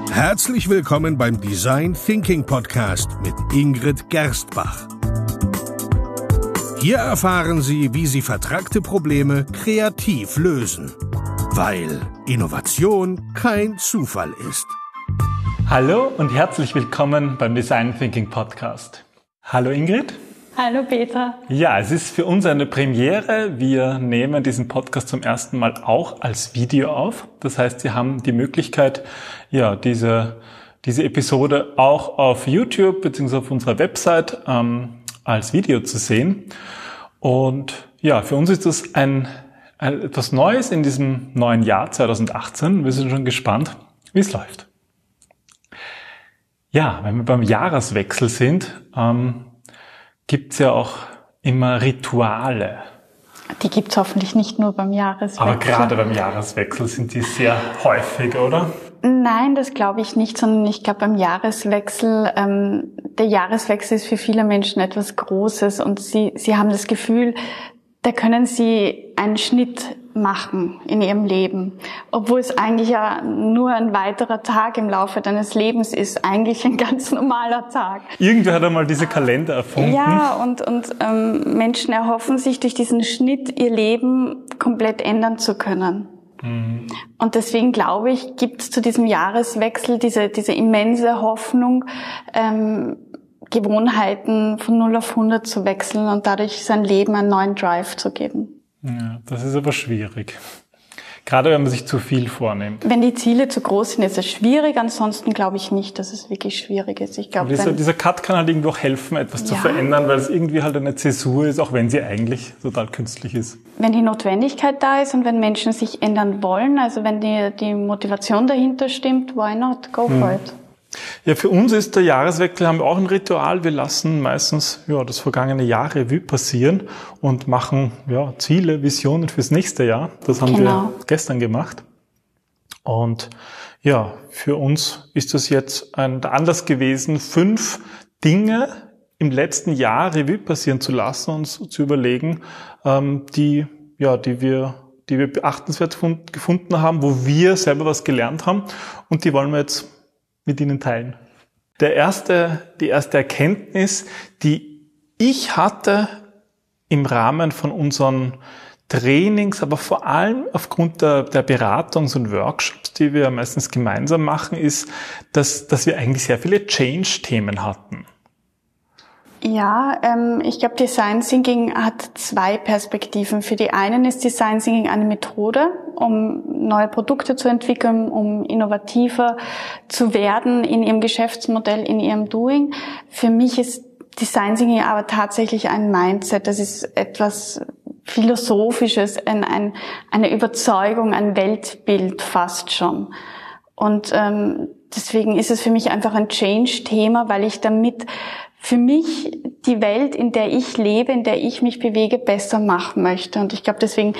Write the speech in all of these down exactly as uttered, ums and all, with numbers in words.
Herzlich willkommen beim Design Thinking Podcast mit Ingrid Gerstbach. Hier erfahren Sie, wie Sie vertrackte Probleme kreativ lösen, weil Innovation kein Zufall ist. Hallo und herzlich willkommen beim Design Thinking Podcast. Hallo Ingrid. Hallo Peter. Ja, es ist für uns eine Premiere. Wir nehmen diesen Podcast zum ersten Mal auch als Video auf. Das heißt, Sie haben die Möglichkeit, ja, diese, diese Episode auch auf YouTube bzw. auf unserer Website ähm, als Video zu sehen. Und ja, für uns ist das ein, ein etwas Neues in diesem neuen Jahr zwanzig achtzehn. Wir sind schon gespannt, wie es läuft. Ja, wenn wir beim Jahreswechsel sind, ähm, gibt's ja auch immer Rituale. Die gibt's hoffentlich nicht nur beim Jahreswechsel. Aber gerade beim Jahreswechsel sind die sehr häufig, oder? Nein, das glaube ich nicht, sondern ich glaube beim Jahreswechsel, ähm, der Jahreswechsel ist für viele Menschen etwas Großes und sie, sie haben das Gefühl, da können sie einen Schnitt machen in ihrem Leben. Obwohl es eigentlich ja nur ein weiterer Tag im Laufe deines Lebens ist, eigentlich ein ganz normaler Tag. Irgendwer hat einmal diese Kalender erfunden. Ja, und, und ähm, Menschen erhoffen sich durch diesen Schnitt ihr Leben komplett ändern zu können. Mhm. Und deswegen glaube ich, gibt es zu diesem Jahreswechsel diese, diese immense Hoffnung, ähm, Gewohnheiten von null auf hundert zu wechseln und dadurch sein Leben einen neuen Drive zu geben. Ja, das ist aber schwierig. Gerade wenn man sich zu viel vornimmt. Wenn die Ziele zu groß sind, ist es schwierig. Ansonsten glaube ich nicht, dass es wirklich schwierig ist. Ich glaube, dieser, dieser Cut kann halt irgendwo auch helfen, etwas ja. zu verändern, weil es irgendwie halt eine Zäsur ist, auch wenn sie eigentlich total künstlich ist. Wenn die Notwendigkeit da ist und wenn Menschen sich ändern wollen, also wenn die, die Motivation dahinter stimmt, why not? Go hm. for it. Ja, für uns ist der Jahreswechsel, haben wir auch ein Ritual. Wir lassen meistens ja das vergangene Jahr Revue passieren und machen ja Ziele, Visionen fürs nächste Jahr. Das haben genau. wir gestern gemacht. Und ja, für uns ist das jetzt ein Anlass gewesen, fünf Dinge im letzten Jahr Revue passieren zu lassen und zu überlegen, ähm, die ja, die wir die wir beachtenswert gefunden haben, wo wir selber was gelernt haben, und die wollen wir jetzt mit Ihnen teilen. Der erste, die erste Erkenntnis, die ich hatte im Rahmen von unseren Trainings, aber vor allem aufgrund der, der Beratungs- und Workshops, die wir meistens gemeinsam machen, ist, dass, dass wir eigentlich sehr viele Change-Themen hatten. Ja, ähm, ich glaube, Design Thinking hat zwei Perspektiven. Für die einen ist Design Thinking eine Methode, um neue Produkte zu entwickeln, um innovativer zu werden in ihrem Geschäftsmodell, in ihrem Doing. Für mich ist Design Thinking aber tatsächlich ein Mindset. Das ist etwas Philosophisches, ein, ein, eine Überzeugung, ein Weltbild fast schon. Und ähm, deswegen ist es für mich einfach ein Change-Thema, weil ich damit für mich die Welt, in der ich lebe, in der ich mich bewege, besser machen möchte. Und ich glaube, deswegen,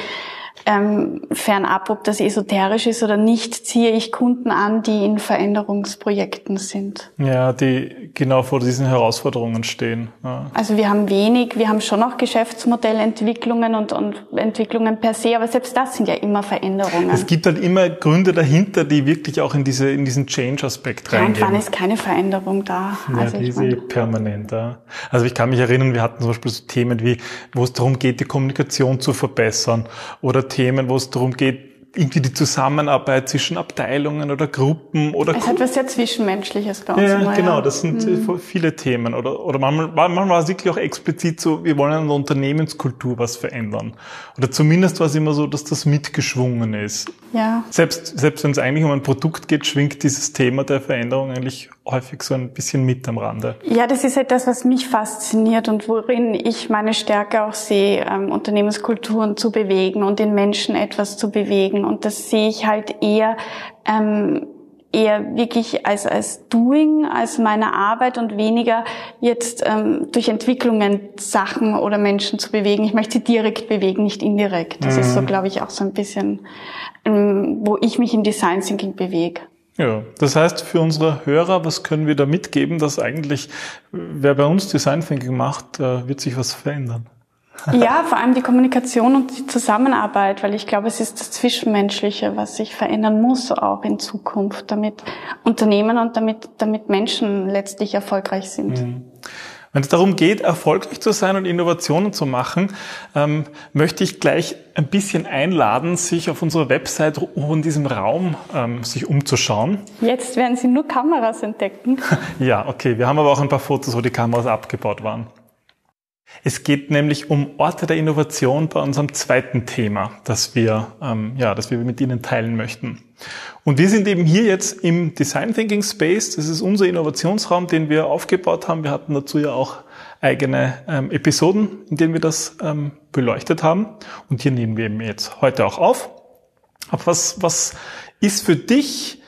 ähm, fernab, ob das esoterisch ist oder nicht, ziehe ich Kunden an, die in Veränderungsprojekten sind. Ja, die genau vor diesen Herausforderungen stehen. Ja. Also wir haben wenig, wir haben schon auch Geschäftsmodellentwicklungen und, und Entwicklungen per se, aber selbst das sind ja immer Veränderungen. Es gibt halt immer Gründe dahinter, die wirklich auch in diese in diesen Change-Aspekt reingehen. Ja, und wann ist keine Veränderung da? Ja, also die ich ist eh permanent da. Also ich kann mich erinnern, wir hatten zum Beispiel so Themen wie, wo es darum geht, die Kommunikation zu verbessern, oder Themen, wo es darum geht, irgendwie die Zusammenarbeit zwischen Abteilungen oder Gruppen oder... Es hat was sehr Zwischenmenschliches bei uns. Ja, immer, genau, ja. das sind mhm. viele Themen. Oder, oder manchmal, manchmal war es wirklich auch explizit so, wir wollen an der Unternehmenskultur was verändern. Oder zumindest war es immer so, dass das mitgeschwungen ist. Ja. Selbst, selbst wenn es eigentlich um ein Produkt geht, schwingt dieses Thema der Veränderung eigentlich häufig so ein bisschen mit am Rande. Ja, das ist etwas, was mich fasziniert und worin ich meine Stärke auch sehe, ähm, Unternehmenskulturen zu bewegen und den Menschen etwas zu bewegen. Und das sehe ich halt eher ähm, eher wirklich als als Doing, als meine Arbeit und weniger jetzt ähm, durch Entwicklungen Sachen oder Menschen zu bewegen. Ich möchte sie direkt bewegen, nicht indirekt. Das mhm. ist so, glaube ich, auch so ein bisschen, ähm, wo ich mich im Design Thinking bewege. Ja, das heißt für unsere Hörer, was können wir da mitgeben, dass eigentlich, wer bei uns Design Thinking macht, wird sich was verändern? Ja, vor allem die Kommunikation und die Zusammenarbeit, weil ich glaube, es ist das Zwischenmenschliche, was sich verändern muss auch in Zukunft, damit Unternehmen und damit, damit Menschen letztlich erfolgreich sind. Mhm. Wenn es darum geht, erfolgreich zu sein und Innovationen zu machen, ähm, möchte ich gleich ein bisschen einladen, sich auf unserer Website in diesem Raum ähm, sich umzuschauen. Jetzt werden Sie nur Kameras entdecken. Ja, okay. Wir haben aber auch ein paar Fotos, wo die Kameras abgebaut waren. Es geht nämlich um Orte der Innovation bei unserem zweiten Thema, das wir, ähm, ja, das wir mit Ihnen teilen möchten. Und wir sind eben hier jetzt im Design Thinking Space. Das ist unser Innovationsraum, den wir aufgebaut haben. Wir hatten dazu ja auch eigene ähm, Episoden, in denen wir das ähm, beleuchtet haben. Und hier nehmen wir eben jetzt heute auch auf. Aber was, was ist für dich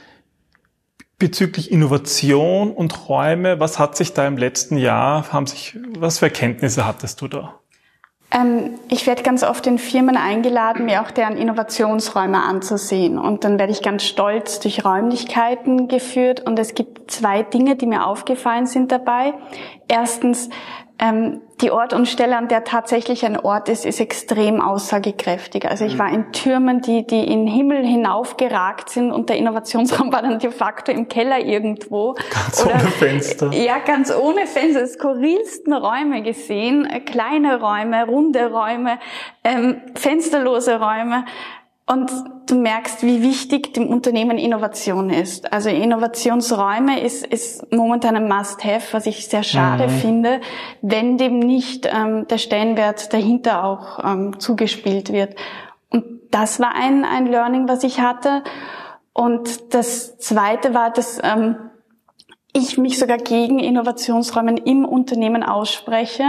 bezüglich Innovation und Räume, was hat sich da im letzten Jahr, haben sich, was für Erkenntnisse hattest du da? Ähm, ich werde ganz oft in Firmen eingeladen, mir auch deren Innovationsräume anzusehen. Und dann werde ich ganz stolz durch Räumlichkeiten geführt. Und es gibt zwei Dinge, die mir aufgefallen sind dabei. Erstens, ähm, die Ort und Stelle, an der tatsächlich ein Ort ist, ist extrem aussagekräftig. Also ich war in Türmen, die, die in den Himmel hinaufgeragt sind, und der Innovationsraum war dann de facto im Keller irgendwo. Ganz Oder, ohne Fenster. Ja, ganz ohne Fenster. Skurrilsten Räume gesehen, kleine Räume, runde Räume, ähm, fensterlose Räume. Und du merkst, wie wichtig dem Unternehmen Innovation ist. Also Innovationsräume ist, ist momentan ein Must-have, was ich sehr schade mhm. finde, wenn dem nicht ähm, der Stellenwert dahinter auch ähm, zugespielt wird. Und das war ein, ein Learning, was ich hatte. Und das Zweite war, dass ähm, ich mich sogar gegen Innovationsräume im Unternehmen ausspreche.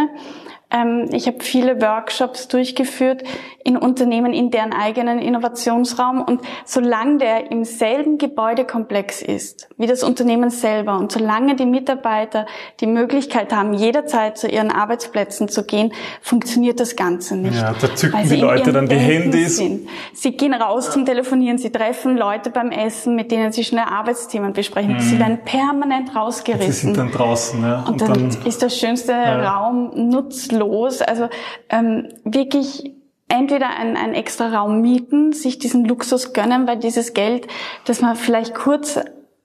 Ich habe viele Workshops durchgeführt in Unternehmen, in deren eigenen Innovationsraum, und solange der im selben Gebäudekomplex ist wie das Unternehmen selber und solange die Mitarbeiter die Möglichkeit haben, jederzeit zu ihren Arbeitsplätzen zu gehen, funktioniert das Ganze nicht. Ja, da zücken die Leute dann die Handys. Sind. Sie gehen raus zum Telefonieren, sie treffen Leute beim Essen, mit denen sie schnell Arbeitsthemen besprechen. Mhm. Sie werden permanent rausgerissen. Sie sind dann draußen. Ja. Und, und dann, dann ist der schönste ja. Raum nutzlos. Also ähm, wirklich entweder einen, einen extra Raum mieten, sich diesen Luxus gönnen, weil dieses Geld, das man vielleicht kurz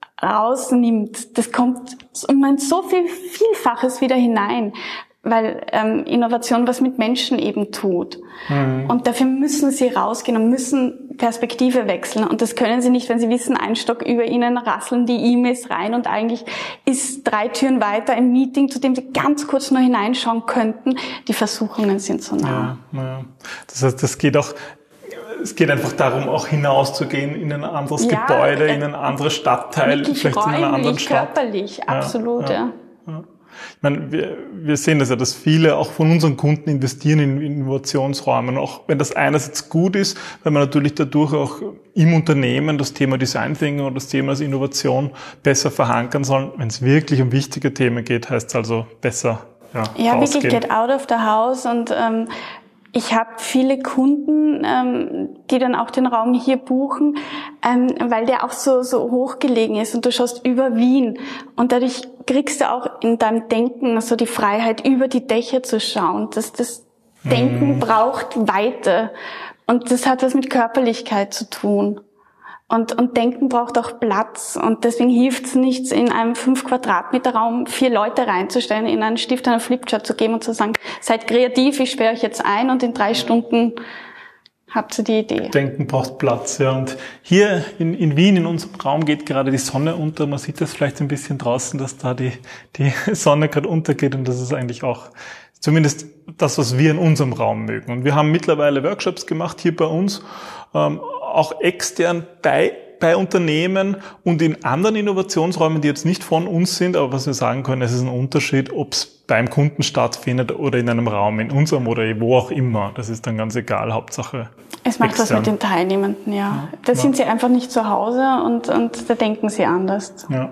rausnimmt, das kommt um so viel Vielfaches wieder hinein, weil ähm, Innovation was mit Menschen eben tut. Mhm. Und dafür müssen sie rausgehen und müssen Perspektive wechseln. Und das können sie nicht, wenn sie wissen, ein Stock über ihnen rasseln die E-Mails rein und eigentlich ist drei Türen weiter ein Meeting, zu dem sie ganz kurz nur hineinschauen könnten. Die Versuchungen sind so nah. Ja, ja. Das heißt, das geht auch, es geht einfach darum, auch hinauszugehen in ein anderes ja, Gebäude, in ein anderes Stadtteil, vielleicht räumlich, in einer anderen Stadt. Körperlich, absolut, ja. ja. ja. Ich meine, wir, wir sehen das ja, dass viele auch von unseren Kunden investieren in Innovationsräume. Und auch wenn das einerseits gut ist, weil man natürlich dadurch auch im Unternehmen das Thema Design Thinking oder das Thema Innovation besser verankern soll. Wenn es wirklich um wichtige Themen geht, heißt es also besser ja, ja rausgehen. Wirklich get out of the house. Und ähm, ich habe viele Kunden, ähm, die dann auch den Raum hier buchen, ähm, weil der auch so so hoch gelegen ist und du schaust über Wien und dadurch kriegst du auch in deinem Denken so die Freiheit, über die Dächer zu schauen. Das, das Denken hm. braucht Weite und das hat was mit Körperlichkeit zu tun. Und, und Denken braucht auch Platz. Und deswegen hilft es nichts, in einem fünf Quadratmeter Raum vier Leute reinzustellen, in einen Stift, einen Flipchart zu geben und zu sagen, seid kreativ, ich sperre euch jetzt ein und in drei Stunden habt ihr die Idee. Denken braucht Platz, ja. Und hier in, in Wien, in unserem Raum, geht gerade die Sonne unter. Man sieht das vielleicht ein bisschen draußen, dass da die, die Sonne gerade untergeht. Und das ist eigentlich auch zumindest das, was wir in unserem Raum mögen. Und wir haben mittlerweile Workshops gemacht hier bei uns, ähm, auch extern bei, bei Unternehmen und in anderen Innovationsräumen, die jetzt nicht von uns sind, aber was wir sagen können, es ist ein Unterschied, ob es beim Kunden stattfindet oder in einem Raum, in unserem oder wo auch immer. Das ist dann ganz egal, Hauptsache es macht extern. Was mit den Teilnehmenden, ja. ja da ja. sind sie einfach nicht zu Hause und, und da denken sie anders. Ja.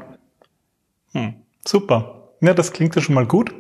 Hm. Super. Ja, das klingt ja schon mal gut.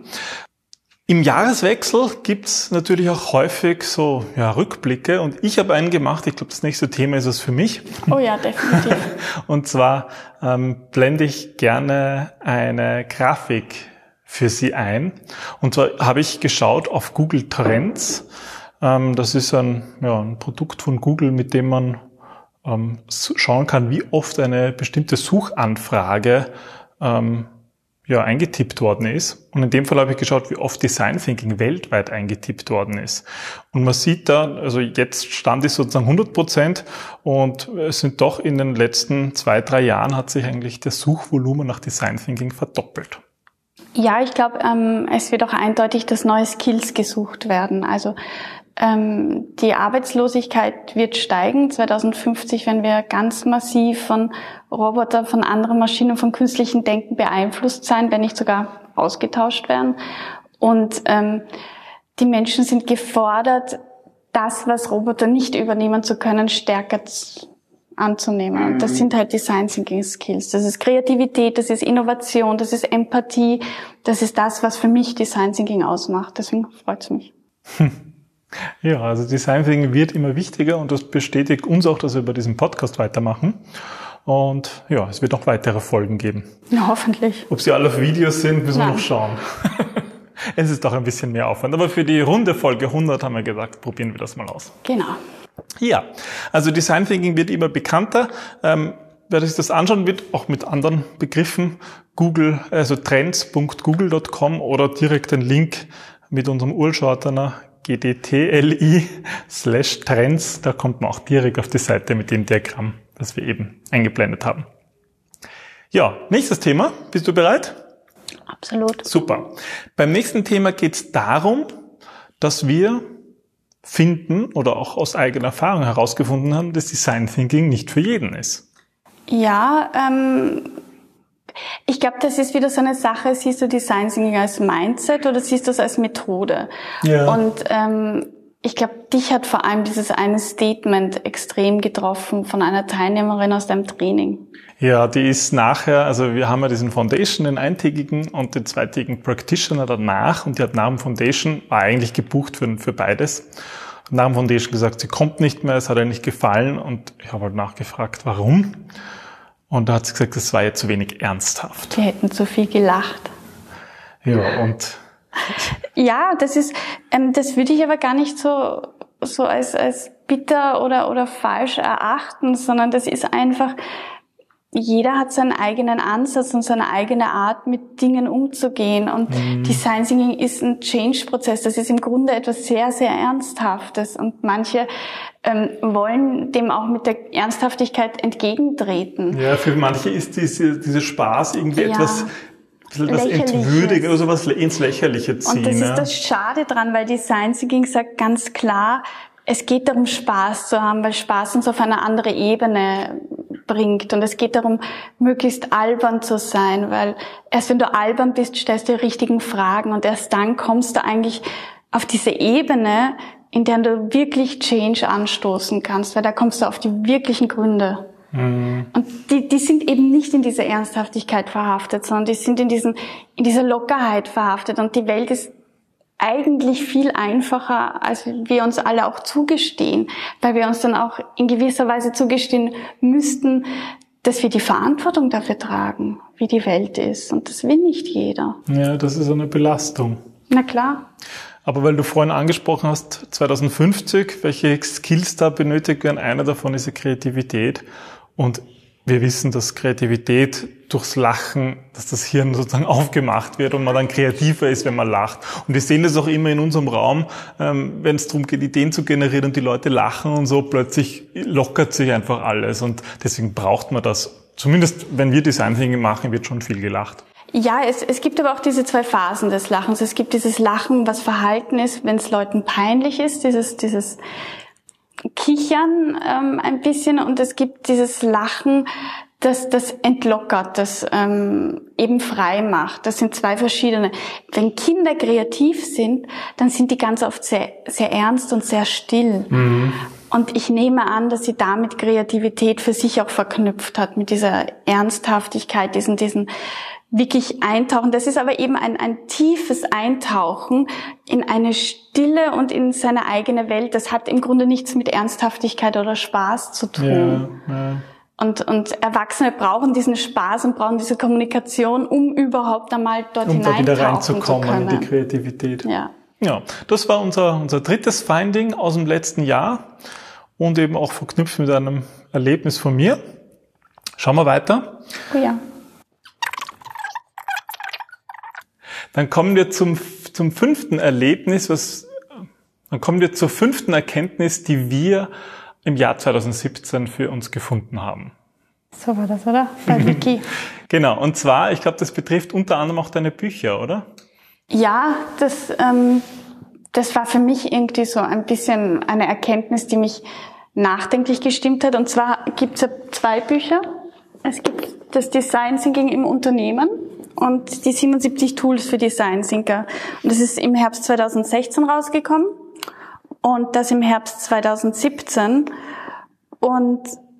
Im Jahreswechsel gibt's natürlich auch häufig so ja, Rückblicke und ich habe einen gemacht, ich glaube, das nächste Thema ist es für mich. Oh ja, definitiv. Und zwar ähm, blende ich gerne eine Grafik für Sie ein. Und zwar habe ich geschaut auf Google Trends. Ähm, das ist ein, ja, ein Produkt von Google, mit dem man ähm, schauen kann, wie oft eine bestimmte Suchanfrage ähm, ja, eingetippt worden ist. Und in dem Fall habe ich geschaut, wie oft Design Thinking weltweit eingetippt worden ist. Und man sieht da, also jetzt Stand ist sozusagen hundert Prozent und es sind doch in den letzten zwei, drei Jahren hat sich eigentlich das Suchvolumen nach Design Thinking verdoppelt. Ja, ich glaube, ähm, es wird auch eindeutig, dass neue Skills gesucht werden. Also ähm, die Arbeitslosigkeit wird steigen. zwanzig fünfzig werden wir ganz massiv von Robotern, von anderen Maschinen, von künstlichem Denken beeinflusst sein, wenn nicht sogar ausgetauscht werden. Und ähm, die Menschen sind gefordert, das, was Roboter nicht übernehmen zu können, stärker anzunehmen. Und das sind halt Design Thinking Skills. Das ist Kreativität, das ist Innovation, das ist Empathie. Das ist das, was für mich Design Thinking ausmacht. Deswegen freut es mich. Ja, also Design Thinking wird immer wichtiger und das bestätigt uns auch, dass wir bei diesem Podcast weitermachen. Und ja, es wird noch weitere Folgen geben. Ja, hoffentlich. Ob sie alle auf Videos sind, müssen Nein. wir noch schauen. Es ist doch ein bisschen mehr Aufwand. Aber für die runde Folge hundert haben wir gesagt, probieren wir das mal aus. Genau. Ja, also Design Thinking wird immer bekannter. Ähm, wer sich das anschauen wird, auch mit anderen Begriffen, Google, also trends punkt google punkt com oder direkt den Link mit unserem Urschortener gdtli slash trends, da kommt man auch direkt auf die Seite mit dem Diagramm, das wir eben eingeblendet haben. Ja, nächstes Thema. Bist du bereit? Absolut. Super. Beim nächsten Thema geht es darum, dass wir finden oder auch aus eigener Erfahrung herausgefunden haben, dass Design Thinking nicht für jeden ist. Ja, ähm, ich glaube, das ist wieder so eine Sache, siehst du Design Thinking als Mindset oder siehst du es als Methode? Ja. Und ähm, ich glaube, dich hat vor allem dieses eine Statement extrem getroffen von einer Teilnehmerin aus deinem Training. Ja, die ist nachher, also wir haben ja diesen Foundation, den eintägigen und den zweitägigen Practitioner danach und die hat nach dem Foundation, war eigentlich gebucht für, für beides, hat nach dem Foundation gesagt, sie kommt nicht mehr, es hat ihr nicht gefallen und ich habe halt nachgefragt, warum? Und da hat sie gesagt, das war ihr zu wenig ernsthaft. Die hätten zu viel gelacht. Ja, und... Ja, das ist, ähm, das würde ich aber gar nicht so, so als, als bitter oder, oder falsch erachten, sondern das ist einfach, jeder hat seinen eigenen Ansatz und seine eigene Art, mit Dingen umzugehen. Und mhm. Design Thinking ist ein Change-Prozess. Das ist im Grunde etwas sehr, sehr Ernsthaftes. Und manche ähm, wollen dem auch mit der Ernsthaftigkeit entgegentreten. Ja, für manche ist diese, diese Spaß irgendwie ja. etwas... das entwürdigen oder sowas ins Lächerliche ziehen. Und das ja. ist das Schade dran, weil Design Thinking sagt ganz klar, es geht darum, Spaß zu haben, weil Spaß uns auf eine andere Ebene bringt. Und es geht darum, möglichst albern zu sein, weil erst wenn du albern bist, stellst du die richtigen Fragen und erst dann kommst du eigentlich auf diese Ebene, in der du wirklich Change anstoßen kannst, weil da kommst du auf die wirklichen Gründe. Und die, die sind eben nicht in dieser Ernsthaftigkeit verhaftet, sondern die sind in diesen, in dieser Lockerheit verhaftet. Und die Welt ist eigentlich viel einfacher, als wir uns alle auch zugestehen, weil wir uns dann auch in gewisser Weise zugestehen müssten, dass wir die Verantwortung dafür tragen, wie die Welt ist. Und das will nicht jeder. Ja, das ist eine Belastung. Na klar. Aber weil du vorhin angesprochen hast, zwanzig fünfzig, welche Skills da benötigt werden, einer davon ist ja Kreativität. Und wir wissen, dass Kreativität durchs Lachen, dass das Hirn sozusagen aufgemacht wird und man dann kreativer ist, wenn man lacht. Und wir sehen das auch immer in unserem Raum, ähm, wenn es darum geht, Ideen zu generieren und die Leute lachen und so, plötzlich lockert sich einfach alles. Und deswegen braucht man das. Zumindest, wenn wir Design Thinking machen, wird schon viel gelacht. Ja, es, es gibt aber auch diese zwei Phasen des Lachens. Es gibt dieses Lachen, was Verhalten ist, wenn es Leuten peinlich ist, dieses, dieses Kichern ähm, ein bisschen, und es gibt dieses Lachen, das das entlockert, das ähm, eben frei macht. Das sind zwei verschiedene. Wenn Kinder kreativ sind, dann sind die ganz oft sehr sehr ernst und sehr still. Mhm. Und ich nehme an, dass sie damit Kreativität für sich auch verknüpft hat, mit dieser Ernsthaftigkeit, diesen diesen wirklich eintauchen. Das ist aber eben ein, ein tiefes Eintauchen in eine Stille und in seine eigene Welt. Das hat im Grunde nichts mit Ernsthaftigkeit oder Spaß zu tun. Ja, ja. Und, und Erwachsene brauchen diesen Spaß und brauchen diese Kommunikation, um überhaupt einmal dort um hineintauchen da wieder reinzukommen zu können. In die Kreativität. Ja. Ja, das war unser, unser drittes Finding aus dem letzten Jahr und eben auch verknüpft mit einem Erlebnis von mir. Schauen wir weiter. Oh ja. Dann kommen wir zum, zum fünften Erlebnis, was, dann kommen wir zur fünften Erkenntnis, die wir im Jahr zwanzig siebzehn für uns gefunden haben. So war das, oder? Bei Wiki. Genau, und zwar, ich glaube, das betrifft unter anderem auch deine Bücher, oder? Ja, das, ähm, das war für mich irgendwie so ein bisschen eine Erkenntnis, die mich nachdenklich gestimmt hat. Und zwar gibt es ja zwei Bücher. Es gibt das Design Thinking im Unternehmen und die siebenundsiebzig Tools für Design Thinker. Und das ist im Herbst zwanzig sechzehn rausgekommen und das im Herbst zwanzig siebzehn. Und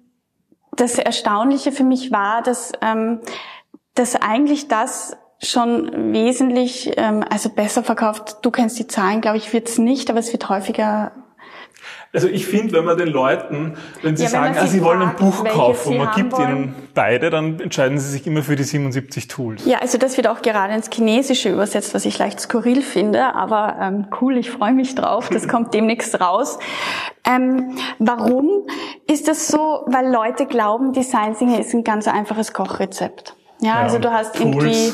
das Erstaunliche für mich war, dass, ähm, dass eigentlich das schon wesentlich, ähm, also besser verkauft. Du kennst die Zahlen, glaube ich, wird's nicht, aber es wird häufiger. Also ich finde, wenn man den Leuten, wenn sie ja, sagen, wenn ah, sie wollen ein fragt, Buch kaufen und man gibt wollen. ihnen beide, dann entscheiden sie sich immer für die siebenundsiebzig Tools. Ja, also das wird auch gerade ins Chinesische übersetzt, was ich leicht skurril finde, aber ähm, cool, ich freue mich drauf, das kommt demnächst raus. Ähm, warum ist das so? Weil Leute glauben, Design Thinking ist ein ganz einfaches Kochrezept. Ja, Ja, also du hast Tools. irgendwie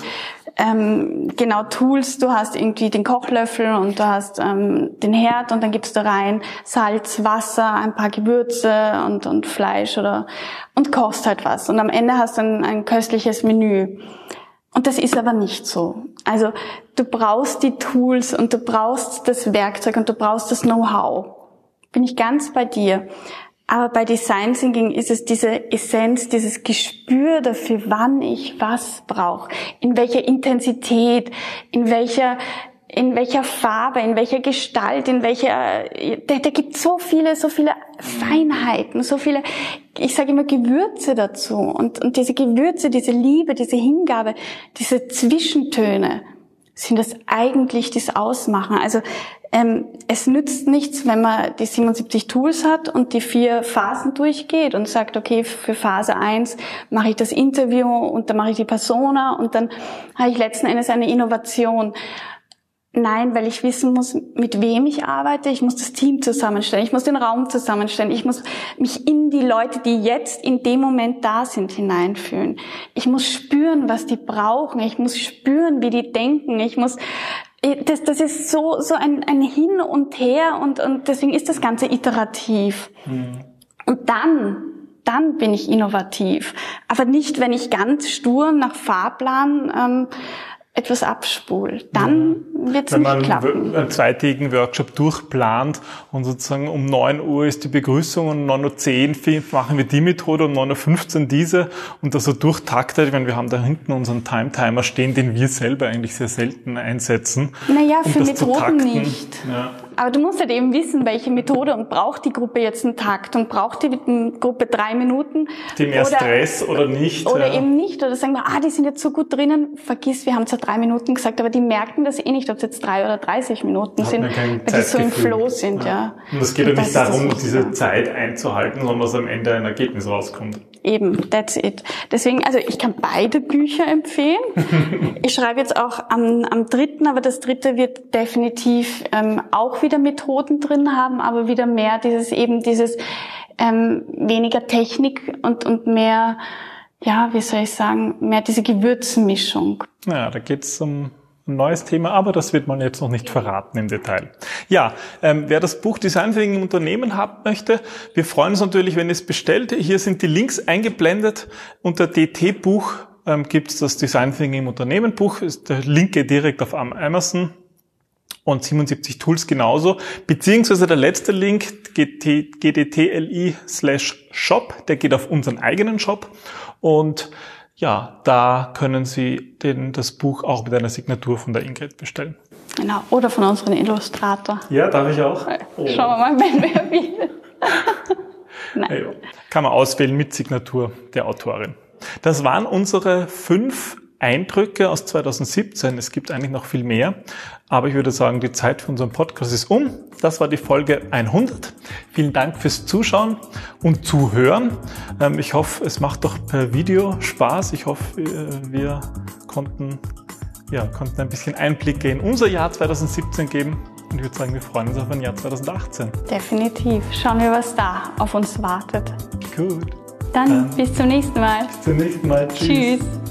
ähm, genau Tools, du hast irgendwie den Kochlöffel und du hast ähm, den Herd und dann gibst du rein Salz, Wasser, ein paar Gewürze und und Fleisch oder und kochst halt was und am Ende hast du ein, ein köstliches Menü. Und das ist aber nicht so. Also du brauchst die Tools und du brauchst das Werkzeug und du brauchst das Know-how. Bin ich ganz bei dir. Aber bei Design Thinking ist es diese Essenz, dieses Gespür dafür, wann ich was brauche, in welcher Intensität, in welcher in welcher Farbe, in welcher Gestalt, in welcher, da, da gibt so viele, so viele Feinheiten, so viele, ich sage immer Gewürze dazu und und diese Gewürze, diese Liebe, diese Hingabe, diese Zwischentöne sind das eigentlich das Ausmachen. Also ähm, es nützt nichts, wenn man die siebenundsiebzig Tools hat und die vier Phasen durchgeht und sagt, okay, für Phase eins mache ich das Interview und dann mache ich die Persona und dann habe ich letzten Endes eine Innovation. Nein, weil ich wissen muss, mit wem ich arbeite. Ich muss das Team zusammenstellen. Ich muss den Raum zusammenstellen. Ich muss mich in die Leute, die jetzt in dem Moment da sind, hineinfühlen. Ich muss spüren, was die brauchen. Ich muss spüren, wie die denken. Ich muss, das, das ist so, so ein, ein Hin und Her und, und deswegen ist das Ganze iterativ. Mhm. Und dann, dann bin ich innovativ. Aber nicht, wenn ich ganz stur nach Fahrplan, ähm, etwas abspult, dann ja. wird es nicht klappen. Wenn man einen zweitägigen Workshop durchplant und sozusagen um neun Uhr ist die Begrüßung und um neun Uhr zehn machen wir die Methode, um neun Uhr fünfzehn diese und das so durchtaktet. Ich meine, wir haben da hinten unseren Time-Timer stehen, den wir selber eigentlich sehr selten einsetzen. Naja, um für Methoden nicht. Ja. Aber du musst halt eben wissen, welche Methode und braucht die Gruppe jetzt einen Takt und braucht die Gruppe drei Minuten. Die mehr oder, Stress oder nicht. Oder ja. eben nicht. Oder sagen wir, ah, die sind jetzt so gut drinnen, vergiss, wir haben zwar drei Minuten gesagt, aber die merken das eh nicht, ob es jetzt drei oder dreißig Minuten sind, weil die so im Flow sind. Ja. ja. Und es geht ja nicht darum, diese Zeit einzuhalten, sondern dass am Ende ein Ergebnis rauskommt. Eben, that's it. Deswegen, also ich kann beide Bücher empfehlen. Ich schreibe jetzt auch am, am dritten, aber das dritte wird definitiv ähm, auch wieder Methoden drin haben, aber wieder mehr dieses eben dieses ähm, weniger Technik und und mehr, ja, wie soll ich sagen, mehr diese Gewürzmischung. Ja, da geht's um ein neues Thema, aber das wird man jetzt noch nicht verraten im Detail. Ja, ähm, wer das Buch Design Thinking im Unternehmen haben möchte, wir freuen uns natürlich, wenn ihr es bestellt. Hier sind die Links eingeblendet. Unter D T-Buch ähm, gibt es das Design Thinking im Unternehmen Buch. Ist der Link geht direkt auf Amazon und siebenundsiebzig Tools genauso. Beziehungsweise der letzte Link, G D T L I slash Shop, der geht auf unseren eigenen Shop und ja, da können Sie den, das Buch auch mit einer Signatur von der Ingrid bestellen. Genau, oder von unserem Illustrator. Ja, darf ich auch? Oh. Schauen wir mal, wenn wer will. Nein. Ja, kann man auswählen mit Signatur der Autorin. Das waren unsere fünf Eindrücke aus zweitausendsiebzehn. Es gibt eigentlich noch viel mehr, aber ich würde sagen, die Zeit für unseren Podcast ist um. Das war die Folge hundert. Vielen Dank fürs Zuschauen und Zuhören. Ich hoffe, es macht doch per Video Spaß. Ich hoffe, wir konnten, ja, konnten ein bisschen Einblicke in unser Jahr zweitausendsiebzehn geben. Und ich würde sagen, wir freuen uns auf ein Jahr zweitausendachtzehn. Definitiv. Schauen wir, was da auf uns wartet. Gut. Dann, Dann bis zum nächsten Mal. Bis zum nächsten Mal. Tschüss. Tschüss.